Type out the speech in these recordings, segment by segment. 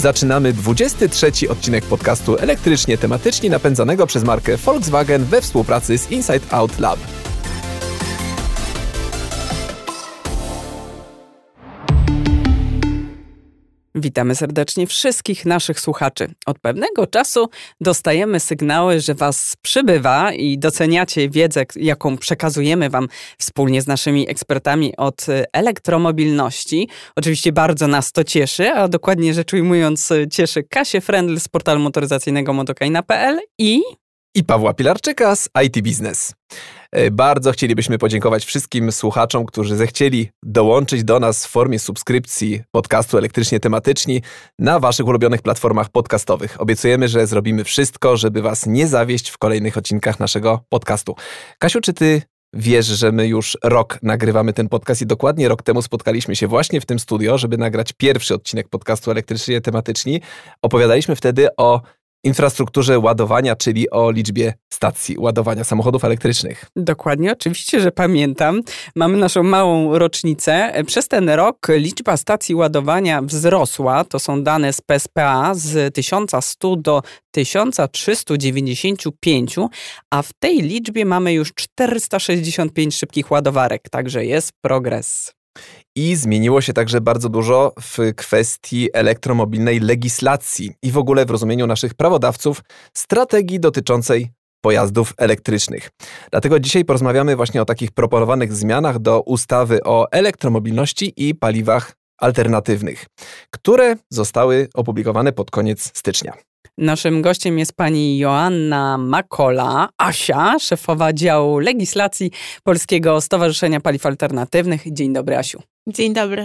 Zaczynamy 23. odcinek podcastu elektrycznie tematycznie napędzanego przez markę Volkswagen we współpracy z Inside Out Lab. Witamy serdecznie wszystkich naszych słuchaczy. Od pewnego czasu dostajemy sygnały, że Was przybywa i doceniacie wiedzę, jaką przekazujemy Wam wspólnie z naszymi ekspertami od elektromobilności. Oczywiście bardzo nas to cieszy, a dokładnie rzecz ujmując cieszy Kasię Frendl z portalu motoryzacyjnego motokaina.pl i Pawła Pilarczyka z IT Business. Bardzo chcielibyśmy podziękować wszystkim słuchaczom, którzy zechcieli dołączyć do nas w formie subskrypcji podcastu Elektrycznie Tematyczni na Waszych ulubionych platformach podcastowych. Obiecujemy, że zrobimy wszystko, żeby Was nie zawieść w kolejnych odcinkach naszego podcastu. Kasiu, czy Ty wiesz, że my już rok nagrywamy ten podcast i dokładnie rok temu spotkaliśmy się właśnie w tym studio, żeby nagrać pierwszy odcinek podcastu Elektrycznie Tematyczni. Opowiadaliśmy wtedy o infrastrukturze ładowania, czyli o liczbie stacji ładowania samochodów elektrycznych. Dokładnie, oczywiście, że pamiętam. Mamy naszą małą rocznicę. Przez ten rok liczba stacji ładowania wzrosła. To są dane z PSPA z 1100 do 1395, a w tej liczbie mamy już 465 szybkich ładowarek, także jest progres. I zmieniło się także bardzo dużo w kwestii elektromobilnej legislacji i w ogóle w rozumieniu naszych prawodawców strategii dotyczącej pojazdów elektrycznych. Dlatego dzisiaj porozmawiamy właśnie o takich proponowanych zmianach do ustawy o elektromobilności i paliwach alternatywnych, które zostały opublikowane pod koniec stycznia. Naszym gościem jest pani Joanna Makola, Asia, szefowa działu legislacji Polskiego Stowarzyszenia Paliw Alternatywnych. Dzień dobry, Asiu. Dzień dobry.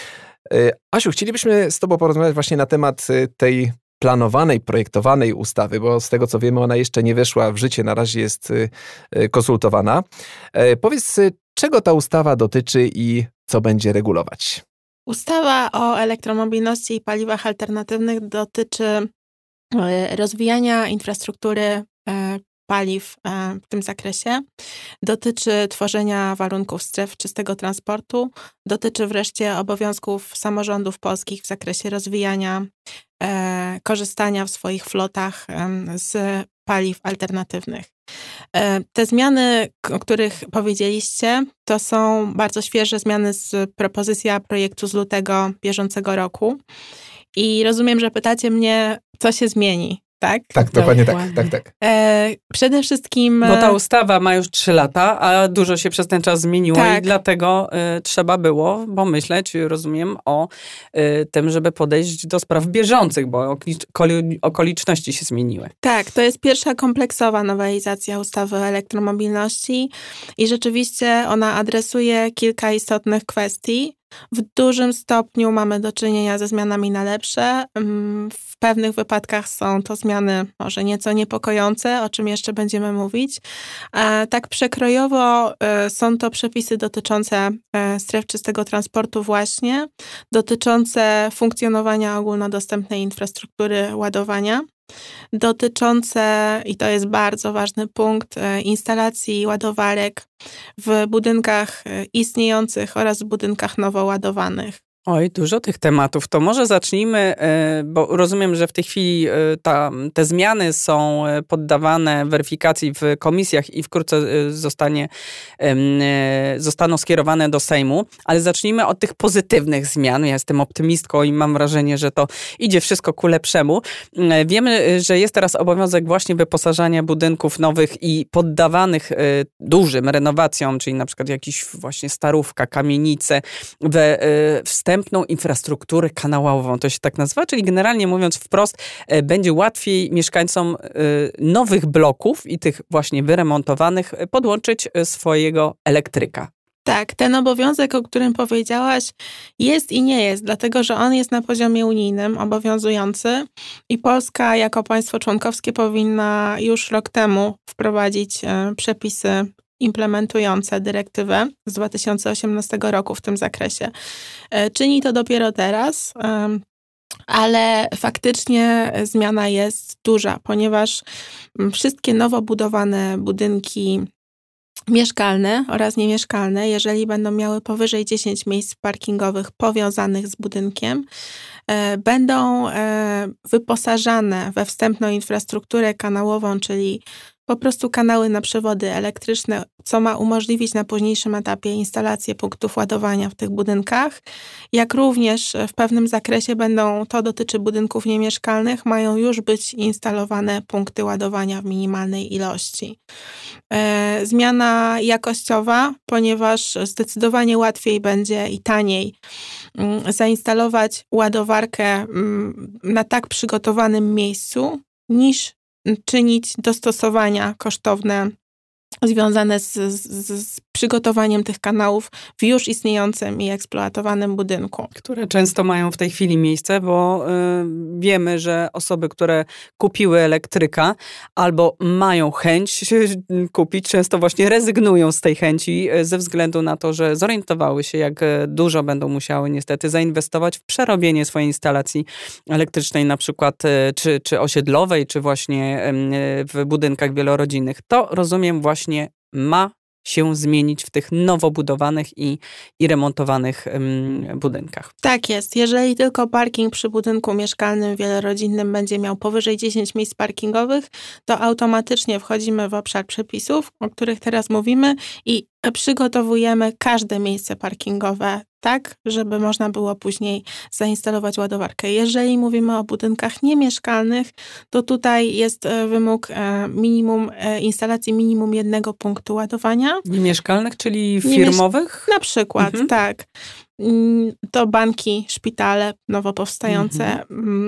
Asiu, chcielibyśmy z Tobą porozmawiać właśnie na temat tej planowanej, projektowanej ustawy, bo z tego co wiemy, ona jeszcze nie weszła w życie, na razie jest konsultowana. Powiedz, czego ta ustawa dotyczy i co będzie regulować? Ustawa o elektromobilności i paliwach alternatywnych dotyczy rozwijania infrastruktury paliw w tym zakresie, dotyczy tworzenia warunków stref czystego transportu, dotyczy wreszcie obowiązków samorządów polskich w zakresie rozwijania, korzystania w swoich flotach z paliw alternatywnych. Te zmiany, o których powiedzieliście, to są bardzo świeże zmiany z propozycja projektu z lutego bieżącego roku. I rozumiem, że pytacie mnie, co się zmieni, tak? Tak, dokładnie tak. Przede wszystkim... Bo ta ustawa ma już 3 lata, a dużo się przez ten czas zmieniło i dlatego trzeba było pomyśleć, rozumiem, o tym, żeby podejść do spraw bieżących, bo okoliczności się zmieniły. Tak, to jest pierwsza kompleksowa nowelizacja ustawy o elektromobilności i rzeczywiście ona adresuje kilka istotnych kwestii. W dużym stopniu mamy do czynienia ze zmianami na lepsze. W pewnych wypadkach są to zmiany może nieco niepokojące, o czym jeszcze będziemy mówić. Tak przekrojowo są to przepisy dotyczące stref czystego transportu właśnie, dotyczące funkcjonowania ogólnodostępnej infrastruktury ładowania, dotyczące, i to jest bardzo ważny punkt, instalacji ładowarek w budynkach istniejących oraz w budynkach nowo ładowanych. Oj, dużo tych tematów. To może zacznijmy, bo rozumiem, że w tej chwili te zmiany są poddawane weryfikacji w komisjach i wkrótce zostaną skierowane do Sejmu, ale zacznijmy od tych pozytywnych zmian. Ja jestem optymistką i mam wrażenie, że to idzie wszystko ku lepszemu. Wiemy, że jest teraz obowiązek właśnie wyposażania budynków nowych i poddawanych dużym renowacjom, czyli na przykład jakiś właśnie starówka, kamienice, we wstępną infrastrukturę kanałową, to się tak nazywa, czyli generalnie mówiąc wprost, będzie łatwiej mieszkańcom nowych bloków i tych właśnie wyremontowanych podłączyć swojego elektryka. Tak, ten obowiązek, o którym powiedziałaś, jest i nie jest, dlatego że on jest na poziomie unijnym obowiązujący i Polska jako państwo członkowskie powinna już rok temu wprowadzić przepisy implementujące dyrektywę z 2018 roku w tym zakresie. Czyni to dopiero teraz, ale faktycznie zmiana jest duża, ponieważ wszystkie nowo budowane budynki mieszkalne oraz niemieszkalne, jeżeli będą miały powyżej 10 miejsc parkingowych powiązanych z budynkiem, będą wyposażane we wstępną infrastrukturę kanałową, czyli po prostu kanały na przewody elektryczne, co ma umożliwić na późniejszym etapie instalację punktów ładowania w tych budynkach. Jak również w pewnym zakresie to dotyczy budynków niemieszkalnych, mają już być instalowane punkty ładowania w minimalnej ilości. Zmiana jakościowa, ponieważ zdecydowanie łatwiej będzie i taniej zainstalować ładowarkę na tak przygotowanym miejscu, niż czynić dostosowania kosztowne związane z przygotowaniem tych kanałów w już istniejącym i eksploatowanym budynku. Które często mają w tej chwili miejsce, bo wiemy, że osoby, które kupiły elektryka albo mają chęć kupić, często właśnie rezygnują z tej chęci ze względu na to, że zorientowały się, jak dużo będą musiały niestety zainwestować w przerobienie swojej instalacji elektrycznej, na przykład czy osiedlowej, czy właśnie w budynkach wielorodzinnych. To rozumiem właśnie ma się zmienić w tych nowo budowanych i remontowanych budynkach. Tak jest. Jeżeli tylko parking przy budynku mieszkalnym wielorodzinnym będzie miał powyżej 10 miejsc parkingowych, to automatycznie wchodzimy w obszar przepisów, o których teraz mówimy i przygotowujemy każde miejsce parkingowe tak, żeby można było później zainstalować ładowarkę. Jeżeli mówimy o budynkach niemieszkalnych, to tutaj jest wymóg instalacji minimum jednego punktu ładowania. Niemieszkalnych, czyli firmowych? Na przykład, tak. To banki, szpitale nowo powstające.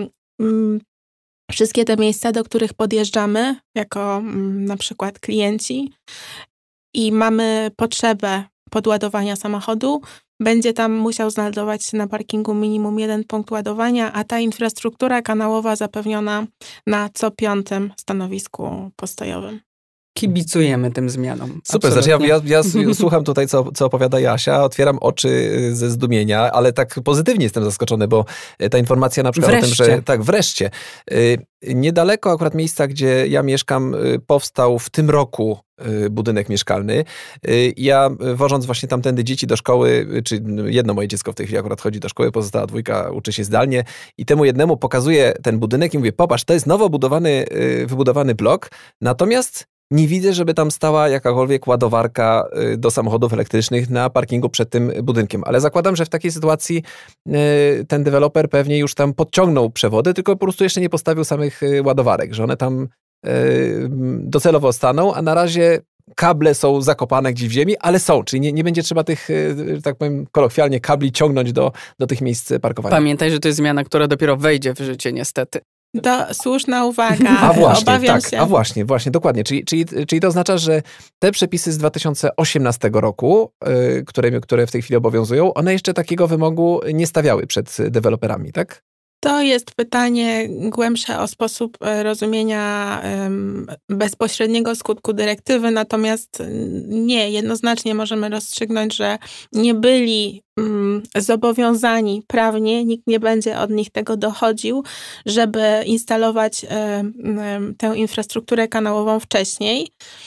Wszystkie te miejsca, do których podjeżdżamy jako na przykład klienci i mamy potrzebę podładowania samochodu, będzie tam musiał znajdować się na parkingu minimum jeden punkt ładowania, a ta infrastruktura kanałowa zapewniona na co 5. stanowisku postojowym. Kibicujemy tym zmianom. Super, znaczy ja słucham tutaj, co opowiada Jasia, otwieram oczy ze zdumienia, ale tak pozytywnie jestem zaskoczony, bo ta informacja na przykład wreszcie. O tym, że tak, wreszcie. Niedaleko akurat miejsca, gdzie ja mieszkam, powstał w tym roku budynek mieszkalny. Ja wożąc właśnie tamtędy dzieci do szkoły, czy jedno moje dziecko w tej chwili akurat chodzi do szkoły, pozostała 2 uczy się zdalnie i temu jednemu pokazuję ten budynek i mówię, popatrz, to jest nowo wybudowany blok, natomiast nie widzę, żeby tam stała jakakolwiek ładowarka do samochodów elektrycznych na parkingu przed tym budynkiem. Ale zakładam, że w takiej sytuacji ten deweloper pewnie już tam podciągnął przewody, tylko po prostu jeszcze nie postawił samych ładowarek, że one tam docelowo staną, a na razie kable są zakopane gdzieś w ziemi, ale są, czyli nie będzie trzeba tych, tak powiem kolokwialnie, kabli ciągnąć do tych miejsc parkowania. Pamiętaj, że to jest zmiana, która dopiero wejdzie w życie niestety. To słuszna uwaga. A właśnie, obawiam tak, się. a właśnie, dokładnie. Czyli to oznacza, że te przepisy z 2018 roku, które w tej chwili obowiązują, one jeszcze takiego wymogu nie stawiały przed deweloperami, tak? To jest pytanie głębsze o sposób rozumienia bezpośredniego skutku dyrektywy, natomiast nie, jednoznacznie możemy rozstrzygnąć, że nie byli zobowiązani prawnie, nikt nie będzie od nich tego dochodził, żeby instalować tę infrastrukturę kanałową wcześniej.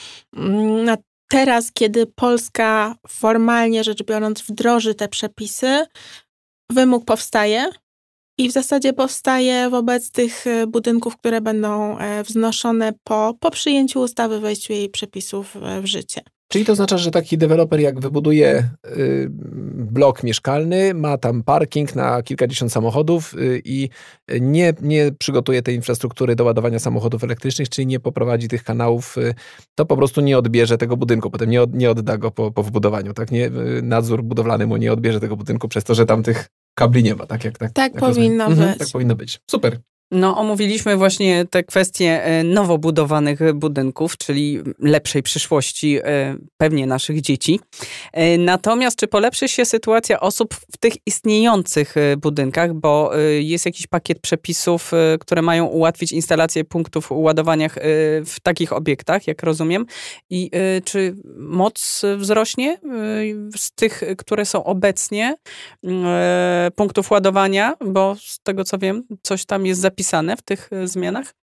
Teraz, kiedy Polska formalnie rzecz biorąc wdroży te przepisy, wymóg powstaje. I w zasadzie powstaje wobec tych budynków, które będą wznoszone po przyjęciu ustawy, wejściu jej przepisów w życie. Czyli to oznacza, że taki deweloper jak wybuduje blok mieszkalny, ma tam parking na kilkadziesiąt samochodów i nie przygotuje tej infrastruktury do ładowania samochodów elektrycznych, czyli nie poprowadzi tych kanałów, to po prostu nie odbierze tego budynku, potem nie odda go po wybudowaniu. Tak? Nadzór budowlany mu nie odbierze tego budynku przez to, że tam tych kabli nie ma. Tak powinno być. Tak powinno być. Super. No, omówiliśmy właśnie te kwestie nowo budowanych budynków, czyli lepszej przyszłości pewnie naszych dzieci. Natomiast czy polepszy się sytuacja osób w tych istniejących budynkach, bo jest jakiś pakiet przepisów, które mają ułatwić instalację punktów ładowania w takich obiektach, jak rozumiem. I czy moc wzrośnie z tych, które są obecnie punktów ładowania, bo z tego co wiem, coś tam jest zapisane w tych zmianach?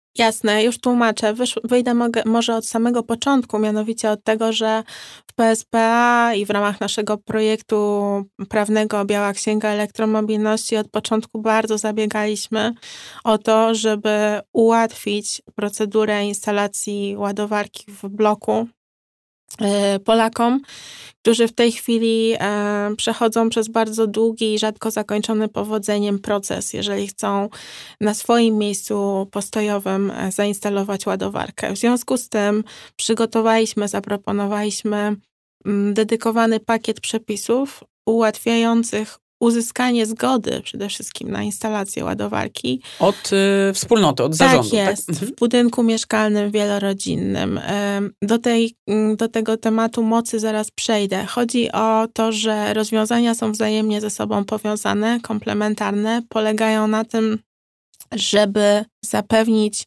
Jasne, już tłumaczę. Wyjdę może od samego początku, mianowicie od tego, że w PSPA i w ramach naszego projektu prawnego Biała Księga Elektromobilności od początku bardzo zabiegaliśmy o to, żeby ułatwić procedurę instalacji ładowarki w bloku Polakom, którzy w tej chwili przechodzą przez bardzo długi i rzadko zakończony powodzeniem proces, jeżeli chcą na swoim miejscu postojowym zainstalować ładowarkę. W związku z tym zaproponowaliśmy dedykowany pakiet przepisów ułatwiających uzyskanie zgody przede wszystkim na instalację ładowarki. Od wspólnoty, od zarządu. Tak jest, tak? W budynku mieszkalnym wielorodzinnym. Do tego tematu mocy zaraz przejdę. Chodzi o to, że rozwiązania są wzajemnie ze sobą powiązane, komplementarne, polegają na tym, żeby zapewnić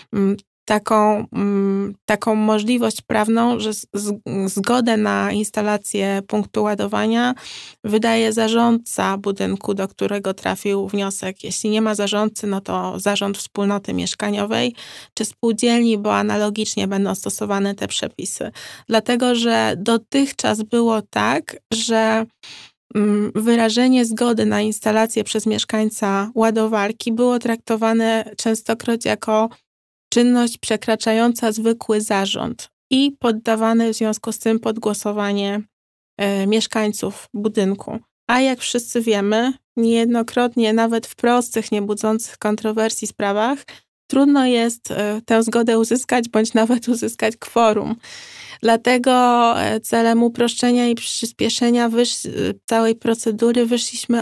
taką możliwość prawną, że zgodę na instalację punktu ładowania wydaje zarządca budynku, do którego trafił wniosek. Jeśli nie ma zarządcy, no to zarząd wspólnoty mieszkaniowej czy spółdzielni, bo analogicznie będą stosowane te przepisy. Dlatego, że dotychczas było tak, że wyrażenie zgody na instalację przez mieszkańca ładowarki było traktowane częstokroć jako czynność przekraczająca zwykły zarząd i poddawane w związku z tym pod głosowanie mieszkańców budynku. A jak wszyscy wiemy, niejednokrotnie nawet w prostych, niebudzących kontrowersji sprawach trudno jest tę zgodę uzyskać, bądź nawet uzyskać kworum. Dlatego celem uproszczenia i przyspieszenia całej procedury wyszliśmy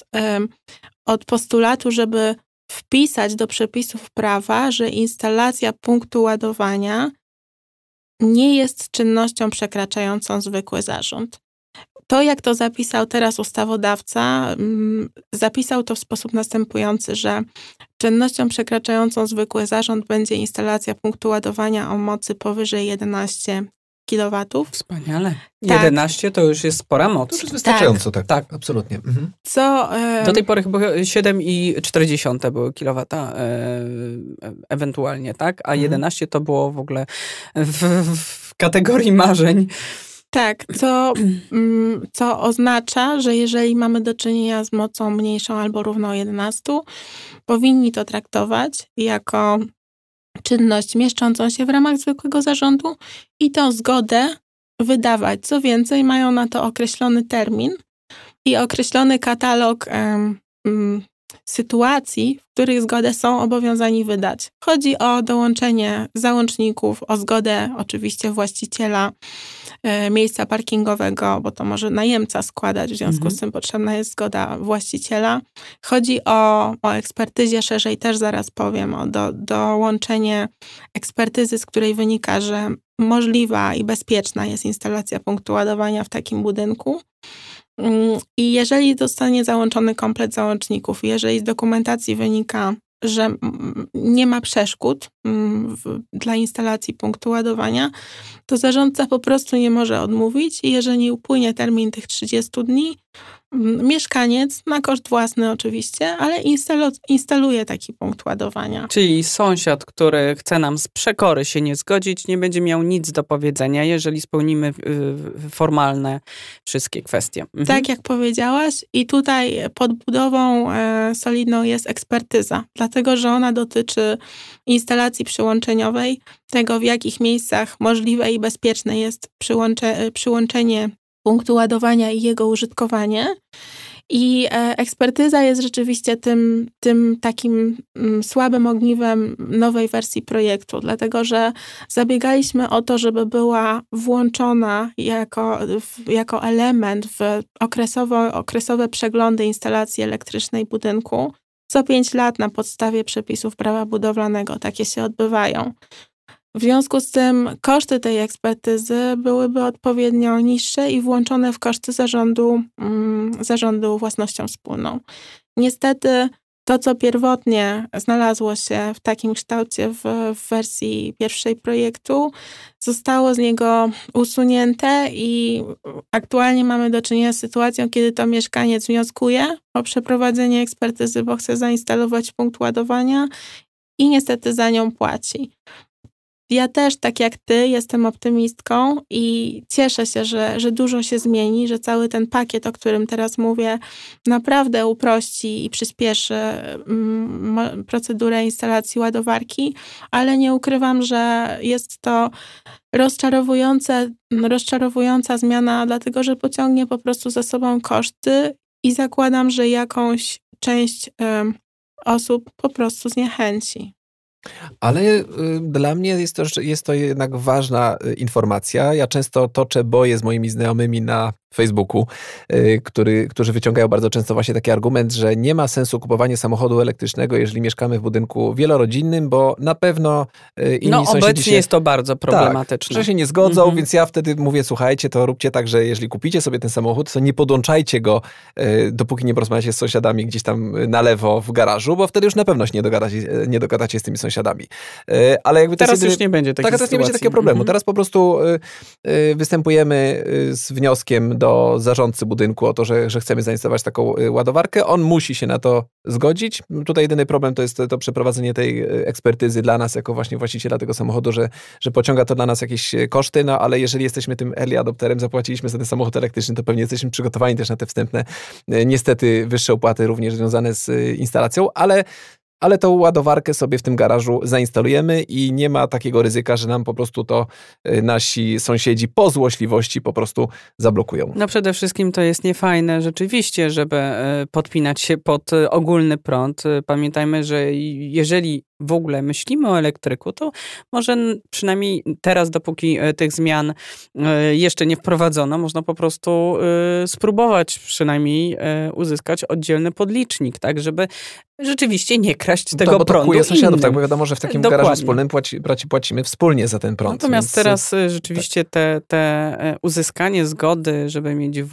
od postulatu, żeby wpisać do przepisów prawa, że instalacja punktu ładowania nie jest czynnością przekraczającą zwykły zarząd. To, jak to zapisał teraz ustawodawca, zapisał to w sposób następujący, że czynnością przekraczającą zwykły zarząd będzie instalacja punktu ładowania o mocy powyżej 11 kW. Wspaniale. Tak. 11 to już jest spora moc. To już jest wystarczająco, tak absolutnie. Mhm. Do tej pory chyba 7,4 były kilowata ewentualnie, tak? A 11 to było w ogóle w kategorii marzeń. Tak, co oznacza, że jeżeli mamy do czynienia z mocą mniejszą albo równą 11, powinni to traktować jako czynność mieszczącą się w ramach zwykłego zarządu i tą zgodę wydawać. Co więcej, mają na to określony termin i określony katalog sytuacji, w których zgodę są obowiązani wydać. Chodzi o dołączenie załączników, o zgodę oczywiście właściciela miejsca parkingowego, bo to może najemca składać, w związku z tym potrzebna jest zgoda właściciela. Chodzi o ekspertyzie szerzej, też zaraz powiem, o dołączenie ekspertyzy, z której wynika, że możliwa i bezpieczna jest instalacja punktu ładowania w takim budynku. I jeżeli zostanie załączony komplet załączników, jeżeli z dokumentacji wynika, że nie ma przeszkód dla instalacji punktu ładowania, to zarządca po prostu nie może odmówić i jeżeli upłynie termin tych 30 dni, mieszkaniec, na koszt własny oczywiście, ale instaluje taki punkt ładowania. Czyli sąsiad, który chce nam z przekory się nie zgodzić, nie będzie miał nic do powiedzenia, jeżeli spełnimy formalne wszystkie kwestie. Tak jak powiedziałaś, i tutaj podbudową solidną jest ekspertyza, dlatego że ona dotyczy instalacji przyłączeniowej, tego w jakich miejscach możliwe i bezpieczne jest przyłączenie punktu ładowania i jego użytkowanie. I ekspertyza jest rzeczywiście tym takim słabym ogniwem nowej wersji projektu, dlatego że zabiegaliśmy o to, żeby była włączona jako element w okresowe przeglądy instalacji elektrycznej budynku. Co 5 lat na podstawie przepisów prawa budowlanego takie się odbywają. W związku z tym koszty tej ekspertyzy byłyby odpowiednio niższe i włączone w koszty zarządu własnością wspólną. Niestety to, co pierwotnie znalazło się w takim kształcie w wersji pierwszej projektu, zostało z niego usunięte i aktualnie mamy do czynienia z sytuacją, kiedy to mieszkaniec wnioskuje o przeprowadzenie ekspertyzy, bo chce zainstalować punkt ładowania i niestety za nią płaci. Ja też, tak jak ty, jestem optymistką i cieszę się, że dużo się zmieni, że cały ten pakiet, o którym teraz mówię, naprawdę uprości i przyspieszy procedurę instalacji ładowarki, ale nie ukrywam, że jest to rozczarowująca zmiana, dlatego że pociągnie po prostu za sobą koszty i zakładam, że jakąś część osób po prostu zniechęci. Ale dla mnie jest to jednak ważna informacja. Ja często toczę boje z moimi znajomymi na Facebooku, którzy wyciągają bardzo często właśnie taki argument, że nie ma sensu kupowanie samochodu elektrycznego, jeżeli mieszkamy w budynku wielorodzinnym, bo na pewno inni sąsiedzi obecnie jest to bardzo problematyczne. Tak, że się nie zgodzą, więc ja wtedy mówię, słuchajcie, to róbcie tak, że jeżeli kupicie sobie ten samochód, to nie podłączajcie go, dopóki nie porozmawiacie z sąsiadami gdzieś tam na lewo w garażu, bo wtedy już na pewno się nie dogadacie z tymi sąsiadami. Ale jakby teraz już nie będzie takiej sytuacji. Teraz nie będzie takiego problemu. Teraz po prostu występujemy z wnioskiem do zarządcy budynku o to, że chcemy zainstalować taką ładowarkę. On musi się na to zgodzić. Tutaj jedyny problem to jest to przeprowadzenie tej ekspertyzy dla nas jako właśnie właściciela tego samochodu, że pociąga to dla nas jakieś koszty, no ale jeżeli jesteśmy tym early adopterem, zapłaciliśmy za ten samochód elektryczny, to pewnie jesteśmy przygotowani też na te wstępne, niestety wyższe opłaty również związane z instalacją, ale tą ładowarkę sobie w tym garażu zainstalujemy i nie ma takiego ryzyka, że nam po prostu to nasi sąsiedzi po złośliwości po prostu zablokują. No przede wszystkim to jest niefajne rzeczywiście, żeby podpinać się pod ogólny prąd. Pamiętajmy, że jeżeli w ogóle myślimy o elektryku, to może przynajmniej teraz, dopóki tych zmian jeszcze nie wprowadzono, można po prostu spróbować przynajmniej uzyskać oddzielny podlicznik, tak, żeby rzeczywiście nie kraść tego prądu. Bo to kuje sąsiadów, tak, bo wiadomo, że w takim garażu wspólnym płacimy wspólnie za ten prąd. Natomiast więc teraz rzeczywiście te uzyskanie zgody, żeby mieć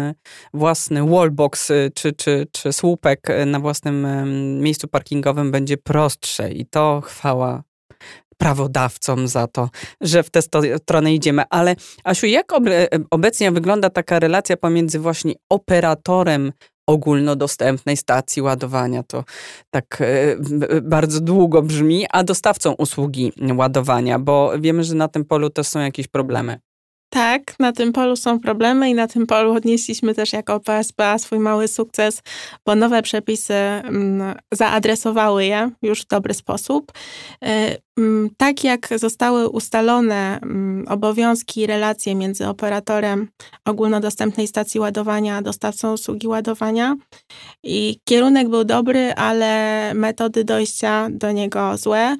własny wallbox czy słupek na własnym miejscu parkingowym będzie prostsze i to chwała prawodawcom za to, że w tę stronę idziemy. Ale Asiu, jak obecnie wygląda taka relacja pomiędzy właśnie operatorem ogólnodostępnej stacji ładowania, to tak bardzo długo brzmi, a dostawcą usługi ładowania, bo wiemy, że na tym polu też są jakieś problemy. Tak, na tym polu są problemy i na tym polu odnieśliśmy też jako PSPA swój mały sukces, bo nowe przepisy zaadresowały je już w dobry sposób. Tak jak zostały ustalone obowiązki i relacje między operatorem ogólnodostępnej stacji ładowania a dostawcą usługi ładowania i kierunek był dobry, ale metody dojścia do niego złe.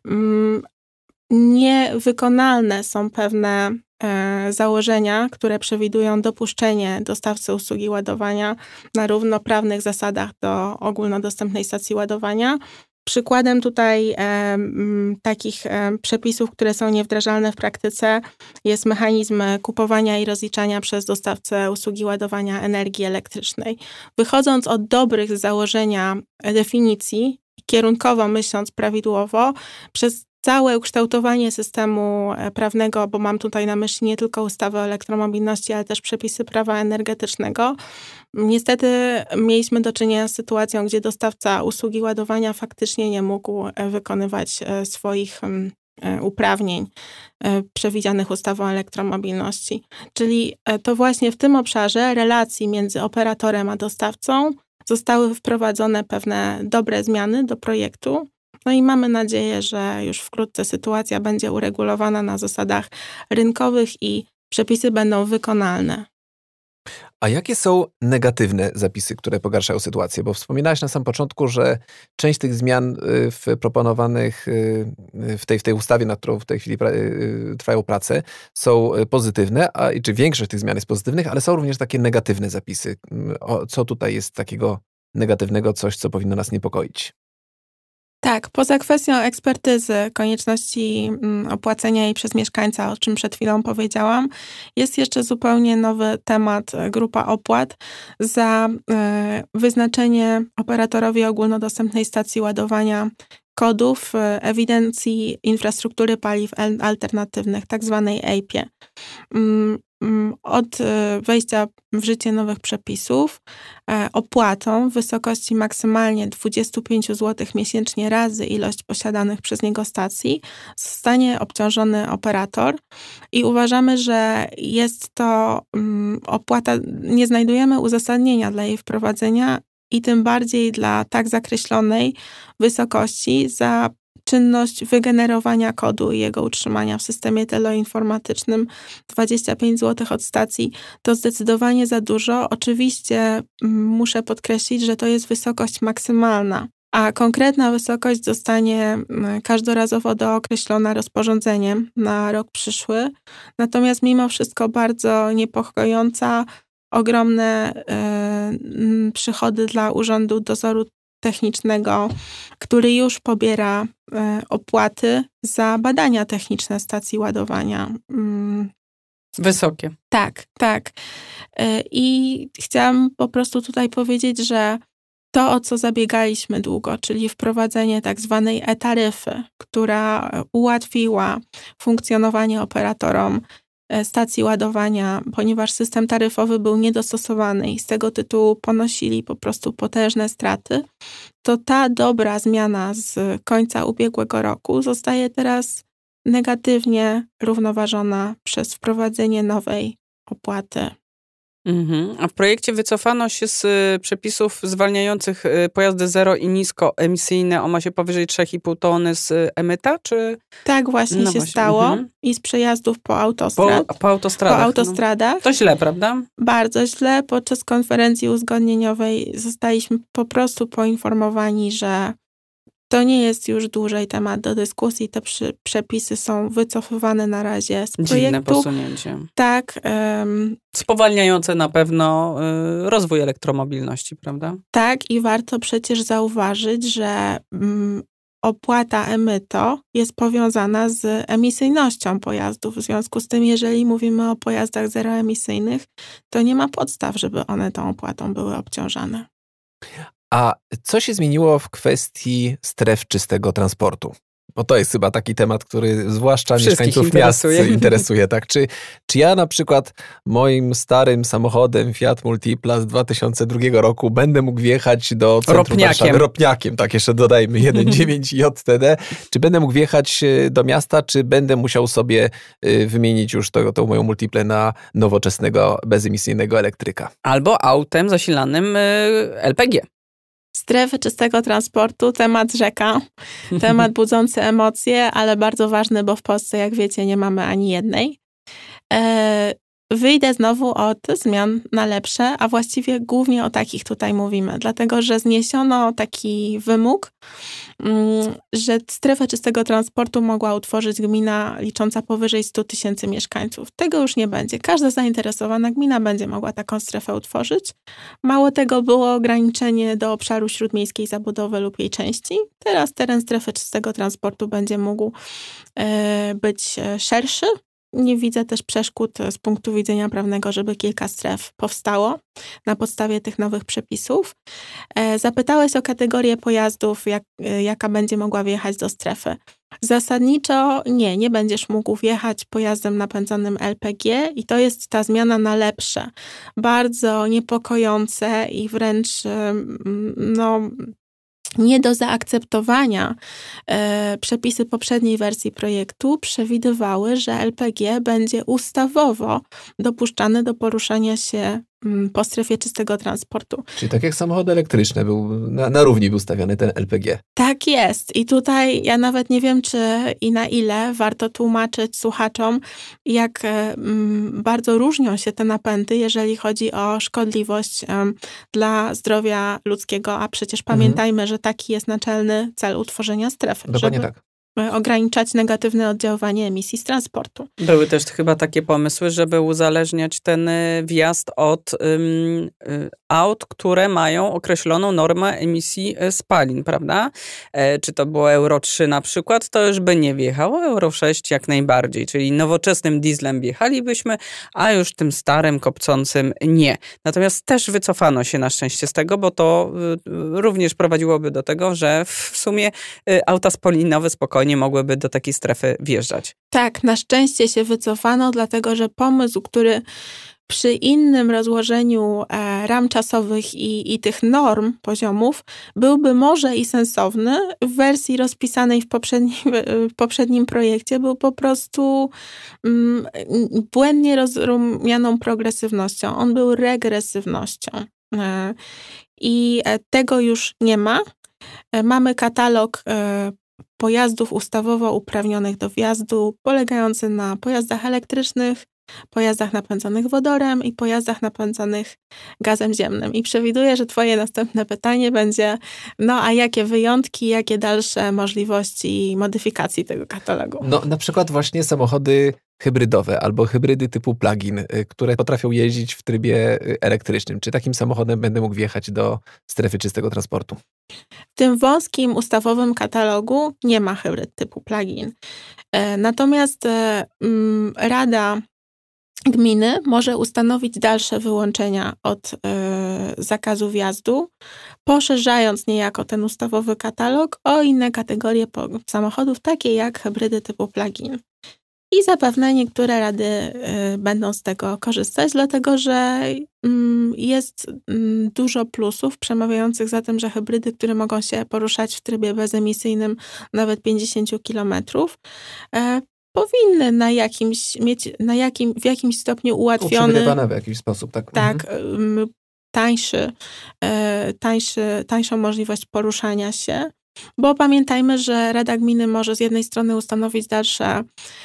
Niewykonalne są pewne założenia, które przewidują dopuszczenie dostawcy usługi ładowania na równoprawnych zasadach do ogólnodostępnej stacji ładowania. Przykładem tutaj takich przepisów, które są niewdrażalne w praktyce, jest mechanizm kupowania i rozliczania przez dostawcę usługi ładowania energii elektrycznej. Wychodząc od dobrych z założenia definicji, kierunkowo myśląc prawidłowo, przez całe ukształtowanie systemu prawnego, bo mam tutaj na myśli nie tylko ustawę o elektromobilności, ale też przepisy prawa energetycznego. Niestety mieliśmy do czynienia z sytuacją, gdzie dostawca usługi ładowania faktycznie nie mógł wykonywać swoich uprawnień przewidzianych ustawą o elektromobilności. Czyli to właśnie w tym obszarze relacji między operatorem a dostawcą zostały wprowadzone pewne dobre zmiany do projektu. No i mamy nadzieję, że już wkrótce sytuacja będzie uregulowana na zasadach rynkowych i przepisy będą wykonalne. A jakie są negatywne zapisy, które pogarszają sytuację? Bo wspominałaś na samym początku, że część tych zmian proponowanych w tej ustawie, nad którą w tej chwili trwają prace, są pozytywne, czy większość tych zmian jest pozytywnych, ale są również takie negatywne zapisy. Co tutaj jest takiego negatywnego, coś, co powinno nas niepokoić? Tak, poza kwestią ekspertyzy, konieczności opłacenia jej przez mieszkańca, o czym przed chwilą powiedziałam, jest jeszcze zupełnie nowy temat, grupa opłat za wyznaczenie operatorowi ogólnodostępnej stacji ładowania kodów ewidencji infrastruktury paliw alternatywnych, tak zwanej EIP-ie. od wejścia w życie nowych przepisów opłatą w wysokości maksymalnie 25 zł miesięcznie razy ilość posiadanych przez niego stacji zostanie obciążony operator i uważamy, że jest to opłata, nie znajdujemy uzasadnienia dla jej wprowadzenia i tym bardziej dla tak zakreślonej wysokości za czynność wygenerowania kodu i jego utrzymania w systemie teleinformatycznym. 25 zł od stacji to zdecydowanie za dużo. Oczywiście muszę podkreślić, że to jest wysokość maksymalna, a konkretna wysokość zostanie każdorazowo dookreślona rozporządzeniem na rok przyszły. Natomiast mimo wszystko bardzo niepokojąca, ogromne przychody dla Urzędu Dozoru Technicznego, który już pobiera opłaty za badania techniczne stacji ładowania. Wysokie. Tak. I chciałam po prostu tutaj powiedzieć, że to, o co zabiegaliśmy długo, czyli wprowadzenie tak zwanej e-taryfy, która ułatwiła funkcjonowanie operatorom stacji ładowania, ponieważ system taryfowy był niedostosowany i z tego tytułu ponosili po prostu potężne straty, to ta dobra zmiana z końca ubiegłego roku zostaje teraz negatywnie równoważona przez wprowadzenie nowej opłaty. A w projekcie wycofano się z przepisów zwalniających pojazdy zero i niskoemisyjne o masie powyżej 3,5 tony z emyta, czy? Tak właśnie się stało i z przejazdów po autostradach. To źle, prawda? Bardzo źle. Podczas konferencji uzgodnieniowej zostaliśmy po prostu poinformowani, że to nie jest już dłużej temat do dyskusji. Te przepisy są wycofywane na razie z projektu. Dziwne posunięcie. Tak. Spowalniające na pewno rozwój elektromobilności, prawda? Tak i warto przecież zauważyć, że opłata emyto jest powiązana z emisyjnością pojazdów. W związku z tym, jeżeli mówimy o pojazdach zeroemisyjnych, to nie ma podstaw, żeby one tą opłatą były obciążane. A co się zmieniło w kwestii stref czystego transportu? Bo to jest chyba taki temat, który zwłaszcza mieszkańców miast interesuje. Tak? Czy ja na przykład moim starym samochodem Fiat Multipla z 2002 roku będę mógł wjechać do centrum Warszawy? Ropniakiem, tak jeszcze dodajmy 1.9 JTD. Czy będę mógł wjechać do miasta, czy będę musiał sobie wymienić już tą moją Multiplę na nowoczesnego, bezemisyjnego elektryka? Albo autem zasilanym LPG. Strefy czystego transportu, temat rzeka, temat budzący emocje, ale bardzo ważny, bo w Polsce, jak wiecie, nie mamy ani jednej. Wyjdę znowu od zmian na lepsze, a właściwie głównie o takich tutaj mówimy, dlatego że zniesiono taki wymóg, że strefę czystego transportu mogła utworzyć gmina licząca powyżej 100 000 mieszkańców. Tego już nie będzie. Każda zainteresowana gmina będzie mogła taką strefę utworzyć. Mało tego, było ograniczenie do obszaru śródmiejskiej zabudowy lub jej części. Teraz teren strefy czystego transportu będzie mógł być szerszy. Nie widzę też przeszkód z punktu widzenia prawnego, żeby kilka stref powstało na podstawie tych nowych przepisów. Zapytałeś o kategorię pojazdów, jaka będzie mogła wjechać do strefy. Zasadniczo nie będziesz mógł wjechać pojazdem napędzanym LPG i to jest ta zmiana na lepsze. Bardzo niepokojące i wręcz nie do zaakceptowania przepisy poprzedniej wersji projektu przewidywały, że LPG będzie ustawowo dopuszczane do poruszania się po strefie czystego transportu. Czyli tak jak samochody elektryczne, na równi był stawiany ten LPG. Tak jest. I tutaj ja nawet nie wiem, czy i na ile warto tłumaczyć słuchaczom, jak bardzo różnią się te napędy, jeżeli chodzi o szkodliwość dla zdrowia ludzkiego, a przecież pamiętajmy, że taki jest naczelny cel utworzenia strefy. Dokładnie tak. Ograniczać negatywne oddziaływanie emisji z transportu. Były też chyba takie pomysły, żeby uzależniać ten wjazd od aut, które mają określoną normę emisji spalin, prawda? Czy to było Euro 3 na przykład, to już by nie wjechało, Euro 6 jak najbardziej, czyli nowoczesnym dieslem wjechalibyśmy, a już tym starym, kopcącym nie. Natomiast też wycofano się na szczęście z tego, bo to również prowadziłoby do tego, że w sumie auta spalinowe spokojnie spokojnie mogłyby do takiej strefy wjeżdżać. Tak, na szczęście się wycofano, dlatego że pomysł, który przy innym rozłożeniu ram czasowych i tych norm, poziomów, byłby może i sensowny, w wersji rozpisanej w poprzednim projekcie był po prostu błędnie rozumianą progresywnością. On był regresywnością. I tego już nie ma. Mamy katalog pojazdów ustawowo uprawnionych do wjazdu, polegający na pojazdach elektrycznych, pojazdach napędzanych wodorem i pojazdach napędzanych gazem ziemnym. I przewiduję, że twoje następne pytanie będzie, no a jakie wyjątki, jakie dalsze możliwości modyfikacji tego katalogu? No na przykład właśnie samochody hybrydowe albo hybrydy typu plug-in, które potrafią jeździć w trybie elektrycznym. Czy takim samochodem będę mógł wjechać do strefy czystego transportu? W tym wąskim ustawowym katalogu nie ma hybryd typu plug-in. Natomiast Rada Gminy może ustanowić dalsze wyłączenia od zakazu wjazdu, poszerzając niejako ten ustawowy katalog o inne kategorie samochodów, takie jak hybrydy typu plug-in. I zapewne niektóre rady będą z tego korzystać, dlatego że jest dużo plusów przemawiających za tym, że hybrydy, które mogą się poruszać w trybie bezemisyjnym nawet 50 km, powinny w jakimś stopniu ułatwiony... Uprzywilejowane w jakiś sposób, tak? Tak, tańszą możliwość poruszania się. Bo pamiętajmy, że Rada Gminy może z jednej strony ustanowić dalsze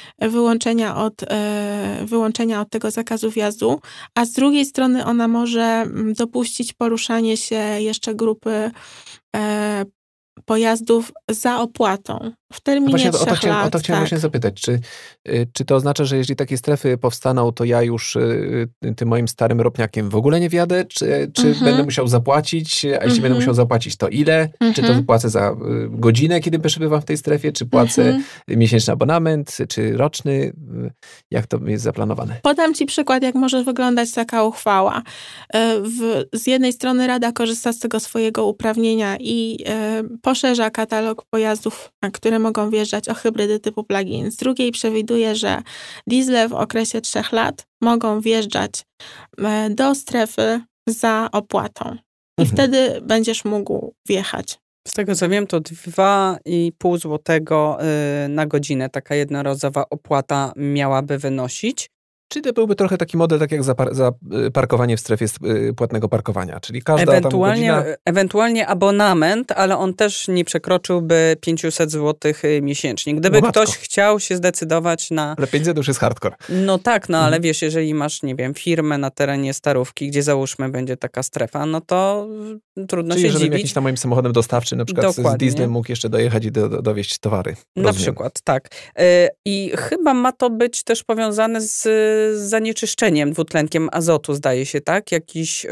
wyłączenia od tego zakazu wjazdu, a z drugiej strony ona może dopuścić poruszanie się jeszcze grupy pojazdów za opłatą w terminie 3 lat. O to chciałem właśnie zapytać. Czy to oznacza, że jeżeli takie strefy powstaną, to ja już tym moim starym ropniakiem w ogóle nie wjadę? Czy będę musiał zapłacić? A jeśli będę musiał zapłacić, to ile? Czy to płacę za godzinę, kiedy przebywam w tej strefie? Czy płacę miesięczny abonament? Czy roczny? Jak to jest zaplanowane? Podam ci przykład, jak może wyglądać taka uchwała. Z jednej strony Rada korzysta z tego swojego uprawnienia i poszerza katalog pojazdów, które mogą wjeżdżać o hybrydy typu plug-in. Z drugiej przewiduje, że diesle w okresie 3 lat mogą wjeżdżać do strefy za opłatą. I wtedy będziesz mógł wjechać. Z tego co wiem, to 2,5 zł na godzinę taka jednorazowa opłata miałaby wynosić. Czyli to byłby trochę taki model, tak jak za parkowanie w strefie płatnego parkowania, czyli każda tam godzina... Ewentualnie abonament, ale on też nie przekroczyłby 500 zł miesięcznie. Gdyby ktoś chciał się zdecydować na... Ale 500 już jest hardcore. No tak, ale wiesz, jeżeli masz, nie wiem, firmę na terenie Starówki, gdzie załóżmy będzie taka strefa, no to trudno się dziwić. Czyli żebym jakiś tam moim samochodem dostawczym, na przykład z dieslem mógł jeszcze dojechać i dowieźć towary. Na przykład, tak. I chyba ma to być też powiązane z zanieczyszczeniem dwutlenkiem azotu, zdaje się, tak? Jakiś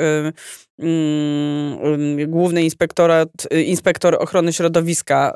główny inspektor ochrony środowiska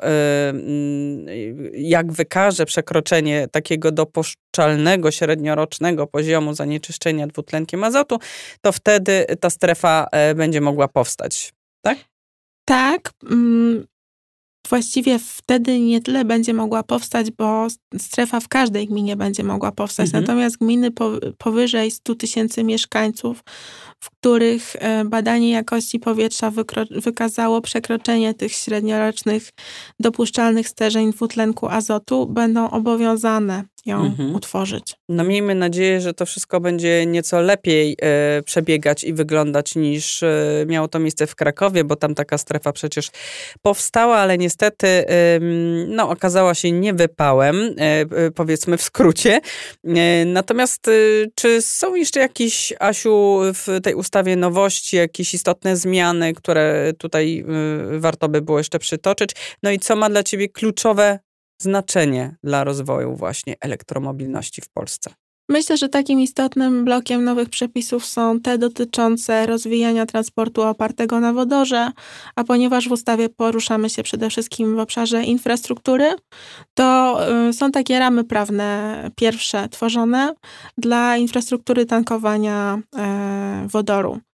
jak wykaże przekroczenie takiego dopuszczalnego średniorocznego poziomu zanieczyszczenia dwutlenkiem azotu, to wtedy ta strefa będzie mogła powstać, tak? Tak. Właściwie wtedy nie tyle będzie mogła powstać, bo strefa w każdej gminie będzie mogła powstać. Natomiast gminy powyżej 100 000 mieszkańców, w których badanie jakości powietrza wykazało przekroczenie tych średniorocznych dopuszczalnych stężeń dwutlenku azotu, będą obowiązane ją utworzyć. No miejmy nadzieję, że to wszystko będzie nieco lepiej przebiegać i wyglądać niż miało to miejsce w Krakowie, bo tam taka strefa przecież powstała, ale niestety okazała się niewypałem, powiedzmy w skrócie. Natomiast czy są jeszcze jakieś, Asiu, w tej ustawie nowości, jakieś istotne zmiany, które tutaj warto by było jeszcze przytoczyć? No i co ma dla ciebie kluczowe znaczenie dla rozwoju właśnie elektromobilności w Polsce? Myślę, że takim istotnym blokiem nowych przepisów są te dotyczące rozwijania transportu opartego na wodorze, a ponieważ w ustawie poruszamy się przede wszystkim w obszarze infrastruktury, to są takie ramy prawne pierwsze tworzone dla infrastruktury tankowania wodoru.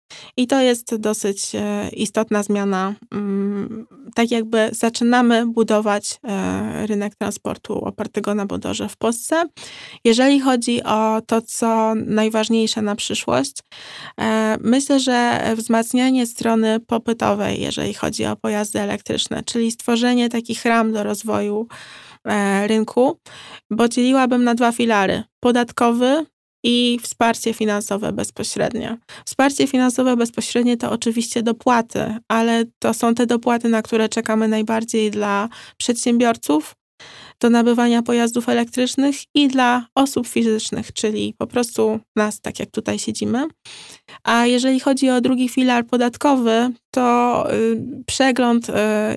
I to jest dosyć istotna zmiana. Tak jakby zaczynamy budować rynek transportu opartego na wodorze w Polsce. Jeżeli chodzi o to, co najważniejsze na przyszłość, myślę, że wzmacnianie strony popytowej, jeżeli chodzi o pojazdy elektryczne, czyli stworzenie takich ram do rozwoju rynku, bo dzieliłabym na 2 filary. Podatkowy i wsparcie finansowe bezpośrednie. Wsparcie finansowe bezpośrednie to oczywiście dopłaty, ale to są te dopłaty, na które czekamy najbardziej dla przedsiębiorców do nabywania pojazdów elektrycznych i dla osób fizycznych, czyli po prostu nas, tak jak tutaj siedzimy. A jeżeli chodzi o drugi filar podatkowy, to przegląd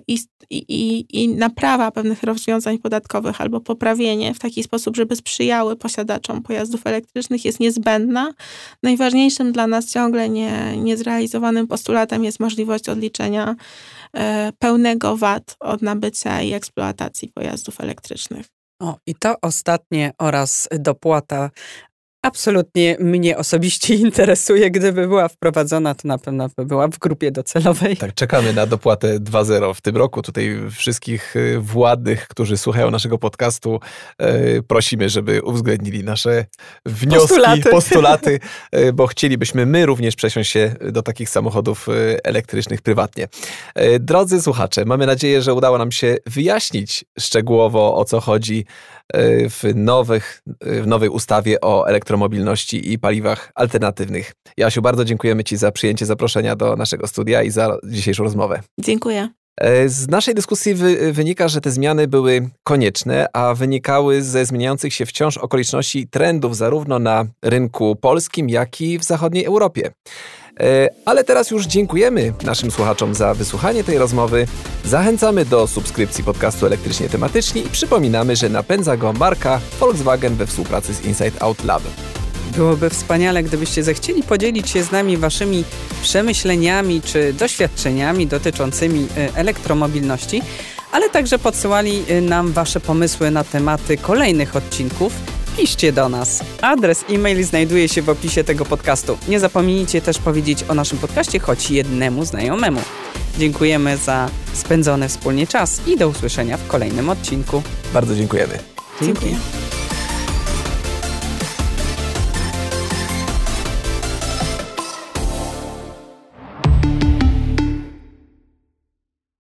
i naprawa pewnych rozwiązań podatkowych albo poprawienie w taki sposób, żeby sprzyjały posiadaczom pojazdów elektrycznych jest niezbędna. Najważniejszym dla nas ciągle niezrealizowanym postulatem jest możliwość odliczenia pełnego VAT od nabycia i eksploatacji pojazdów elektrycznych. O, i to ostatnie oraz dopłata absolutnie mnie osobiście interesuje. Gdyby była wprowadzona, to na pewno by była w grupie docelowej. Tak, czekamy na dopłatę 2.0 w tym roku. Tutaj wszystkich władnych, którzy słuchają naszego podcastu, prosimy, żeby uwzględnili nasze wnioski, postulaty, bo chcielibyśmy my również przesiąść się do takich samochodów elektrycznych prywatnie. Drodzy słuchacze, mamy nadzieję, że udało nam się wyjaśnić szczegółowo, o co chodzi w nowej ustawie o elektromobilności i paliwach alternatywnych. Jasiu, bardzo dziękujemy Ci za przyjęcie zaproszenia do naszego studia i za dzisiejszą rozmowę. Dziękuję. Z naszej dyskusji wynika, że te zmiany były konieczne, a wynikały ze zmieniających się wciąż okoliczności i trendów zarówno na rynku polskim, jak i w zachodniej Europie. Ale teraz już dziękujemy naszym słuchaczom za wysłuchanie tej rozmowy. Zachęcamy do subskrypcji podcastu Elektrycznie Tematyczni i przypominamy, że napędza go marka Volkswagen we współpracy z Inside Out Lab. Byłoby wspaniale, gdybyście zechcieli podzielić się z nami waszymi przemyśleniami czy doświadczeniami dotyczącymi elektromobilności, ale także podsyłali nam wasze pomysły na tematy kolejnych odcinków. Piszcie do nas. Adres e-mail znajduje się w opisie tego podcastu. Nie zapomnijcie też powiedzieć o naszym podcaście choć jednemu znajomemu. Dziękujemy za spędzony wspólnie czas i do usłyszenia w kolejnym odcinku. Bardzo dziękujemy. Dziękuję.